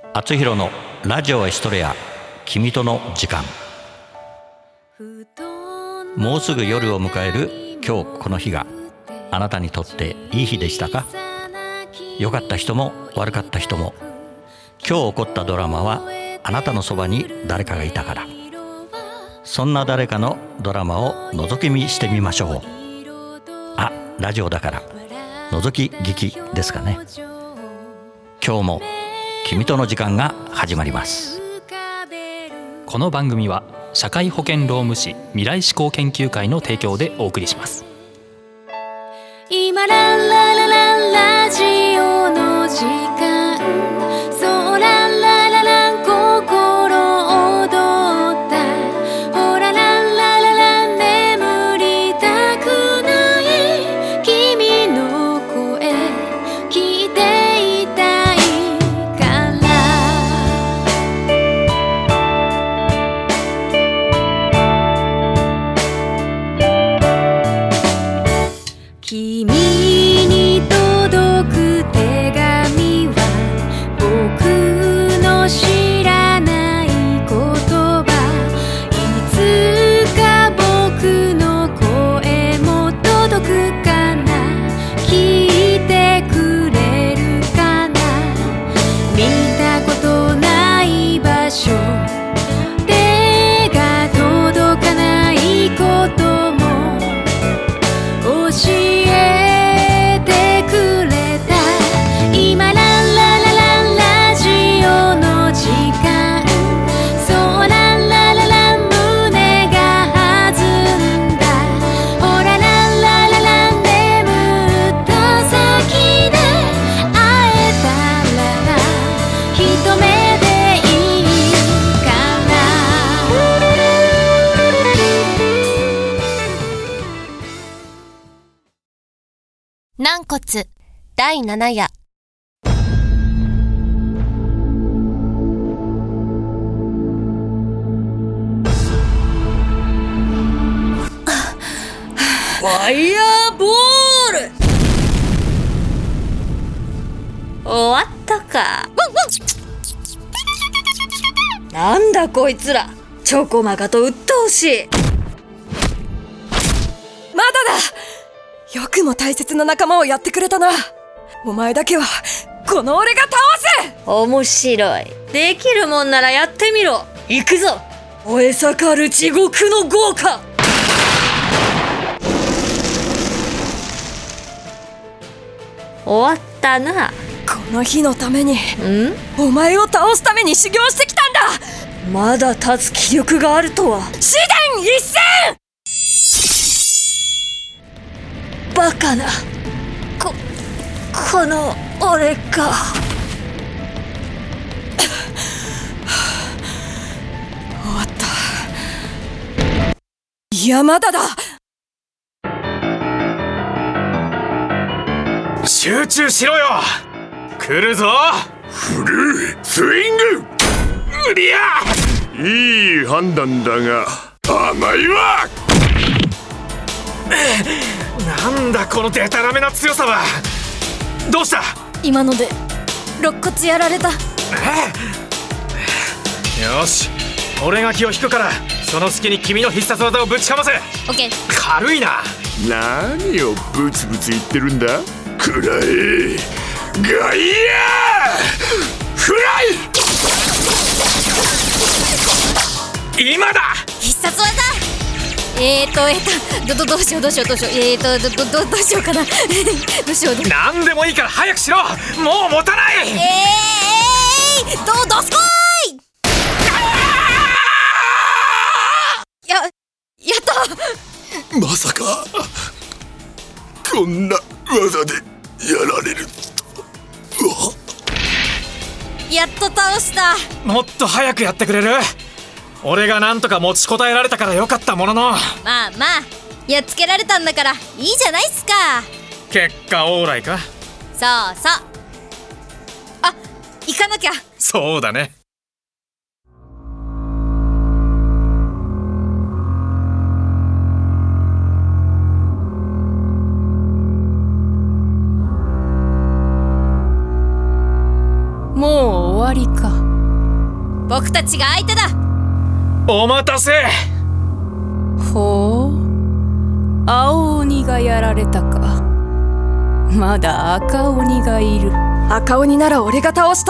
厚弘のラジオエストレア、君との時間。もうすぐ夜を迎える今日この日があなたにとっていい日でしたか？良かった人も悪かった人も、今日起こったドラマはあなたのそばに誰かがいたから。そんな誰かのドラマを覗き見してみましょう。あ、ラジオだから覗き聞きですかね。今日も君との時間が始まります。 この番組は社会保険労務士未来志向研究会の提供でお送りします。 今ラララララジオの時間、そうララララ心躍った、ほらララララ眠りたくない君の声聞いていたいから君に届く手紙は僕の知らない言葉、いつか僕の声も届くかな、聞いてくれるかな、見たことない場所、手が届かないことも教えてくれた。今ラララララジオの時間、そうララララ胸が弾んだ、ほらララララ眠った先で会えたら一目でいいかな。軟骨第7夜。 ファイヤーボール終わったか。なんだこいつら、ちょこまかと鬱陶しい。 まだだ。よくも大切な仲間をやってくれたな。お前だけはこの俺が倒す。 面白い。できるもんならやってみろ。行くぞ、燃え盛る地獄の豪華。終わったな。 この日のために、 ん？ お前を倒すために修行してきたんだ。 まだ立つ気力があるとは。 試練一戦。 バカな、この俺か。 終わった。いやまだだ。 集中しろよ。来るぞ。 フルスイング。 無理や。 いい判断だが甘いわ。 なんだこのデタラメな強さは。どうした？ 今ので肋骨やられた。 よし、俺が気を引くから、その隙に君の必殺技をぶちかませ。 オッケー。 軽いな。 何をブツブツ言ってるんだ。くらえガイアフライ。今だ。 必殺技。どうしよう。どうしようかな。どうしよう。 何でもいいから早くしろ。もう持たない。 どすこーい。やったまさかこんな技でやられるとは。 やっと倒した。 もっと早くやってくれる？俺がなんとか持ちこたえられたからよかったものの。 まあやっつけられたんだからいいじゃないっすか。 結果オーライか。 そう。あ、行かなきゃ。 そうだね。 もう終わりか。 僕たちが相手だ。 お待たせ。 ほう、青鬼がやられたか。まだ赤鬼がいる。赤鬼なら俺が倒した。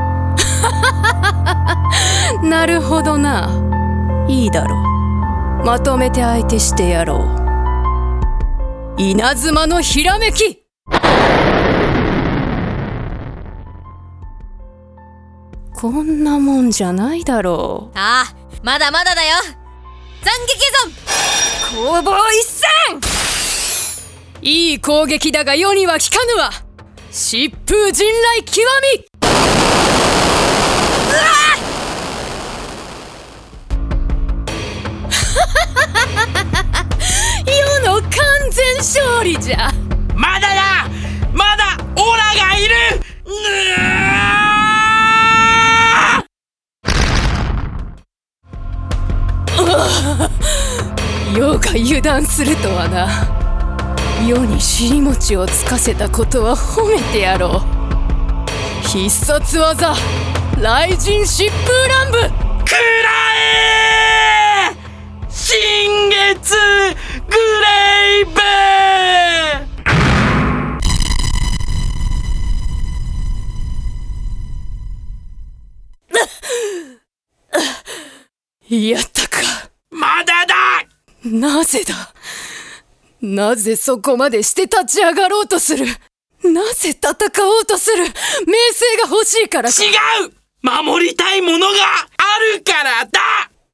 なるほどな。いいだろう。まとめて相手してやろう。稲妻のひらめき。こんなもんじゃないだろう。 ああ、まだまだだよ。斬撃攻防一戦。いい攻撃だが世には効かぬわ。疾風陣雷極み。世の完全勝利じゃ。 まだだ、まだオラがいる。 世が油断するとはな。世に尻餅をつかせたことは褒めてやろう。必殺技雷神疾風乱舞。 くらえ新月グレイブ。 やったか。 まだだ。 なぜだ。なぜそこまでして立ち上がろうとする。なぜ戦おうとする。名声が欲しいからか。 違う、守りたいものがあるからだ。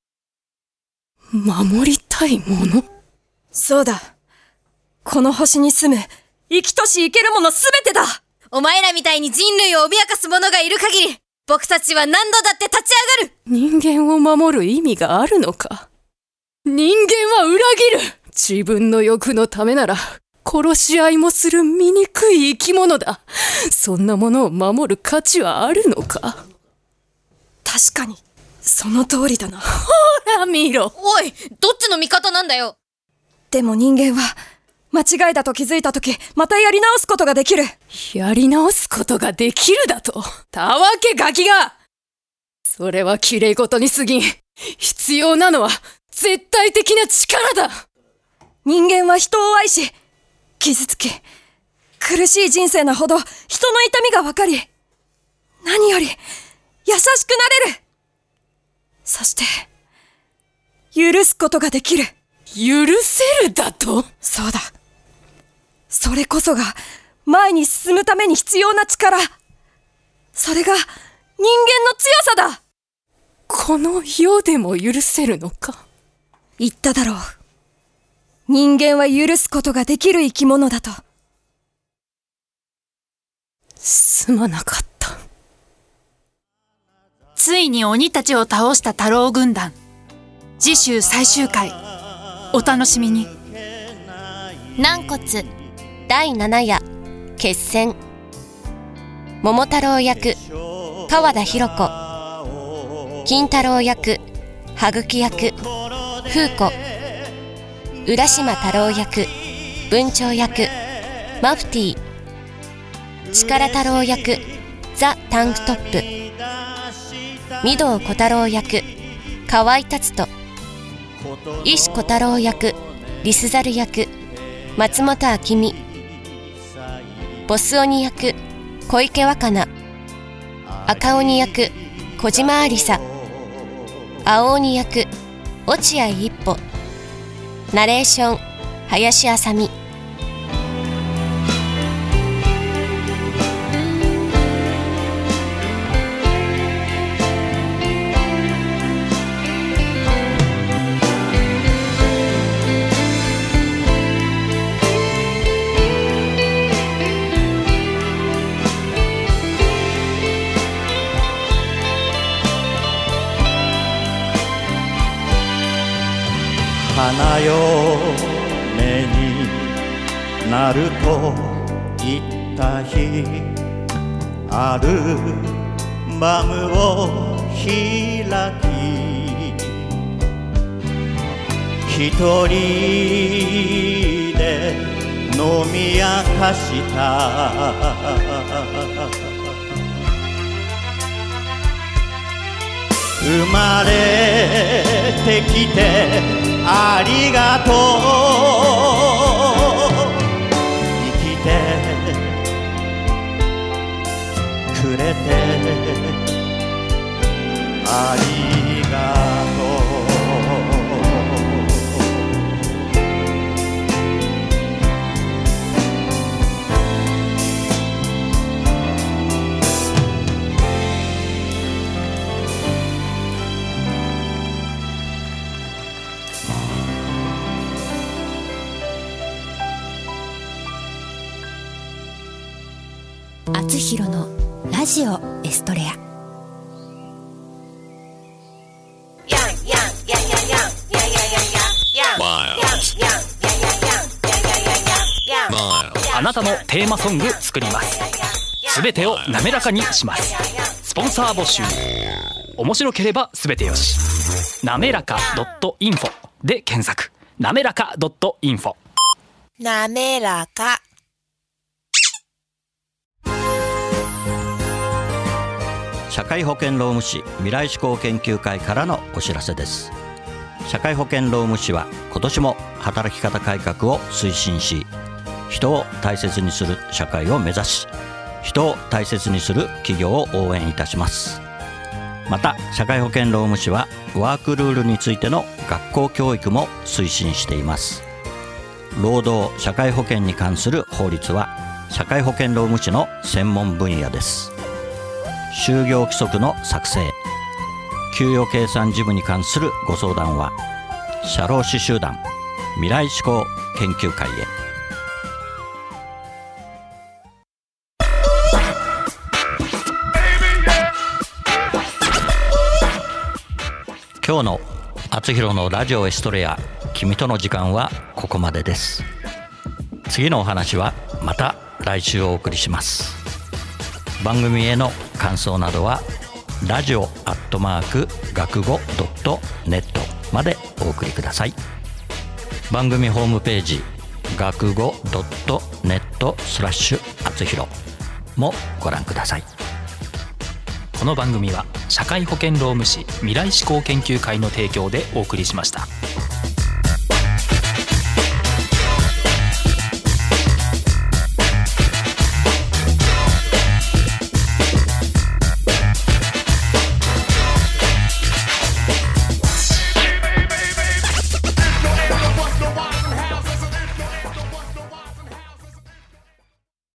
守りたいもの。そうだ。この星に住む生きとし生けるものすべてだ。 お前らみたいに人類を脅かす者がいる限り、僕たちは何度だって立ち上がる。 人間を守る意味があるのか。人間は裏切る。自分の欲のためなら殺し合いもする醜い生き物だ。そんなものを守る価値はあるのか。確かにその通りだな。ほら見ろ。 おい、どっちの味方なんだよ。 でも人間は間違いだと気づいたとき、またやり直すことができる。やり直すことができるだと。たわけガキが。それは綺麗事に過ぎん。必要なのは絶対的な力だ。人間は人を愛し、傷つき、苦しい人生なほど人の痛みがわかり、何より優しくなれる。そして許すことができる。許せるだと。そうだ。それこそが前に進むために必要な力。それが人間の強さだ。この世でも許せるのか。言っただろう。人間は許すことができる生き物だと。すまなかった。 ついに鬼たちを倒した太郎軍団。次週最終回、お楽しみに。 軟骨第7夜決戦。桃太郎役川田博子、金太郎役羽茎役風子、浦島太郎役文鳥役マフティー、力太郎役ザ・タンクトップ、御堂小太郎役河合達人、石小太郎役リスザル役松本明美、ボス鬼役小池若菜、赤鬼役小島ありさ、青鬼役落合一歩、ナレーション林あさみ。 花嫁になると言った日、アルバムを開き、一人で飲み明かした。 生まれてきてありがとう、生きてくれてありがとう。 あつひろのラジオエストレア。 あなたのテーマソング作ります。すべてを滑らかにします。スポンサー募集。面白ければすべてよし。なめらか .info で検索。なめらか .info。 なめらか。 社会保険労務士未来志向研究会からのお知らせです。社会保険労務士は今年も働き方改革を推進し、人を大切にする社会を目指し、人を大切にする企業を応援いたします。また社会保険労務士はワークルールについての学校教育も推進しています。労働社会保険に関する法律は社会保険労務士の専門分野です。就業規則の作成、給与計算事務に関するご相談は社労士集団未来志向研究会へ。今日のあつひろのラジオエストレア、君との時間はここまでです。次のお話はまた来週お送りします。番組への感想などはラジオ学語.net までお送りください。番組ホームページ学語.net/あつひろもご覧ください。 この番組は社会保険労務士未来志向研究会の提供でお送りしました。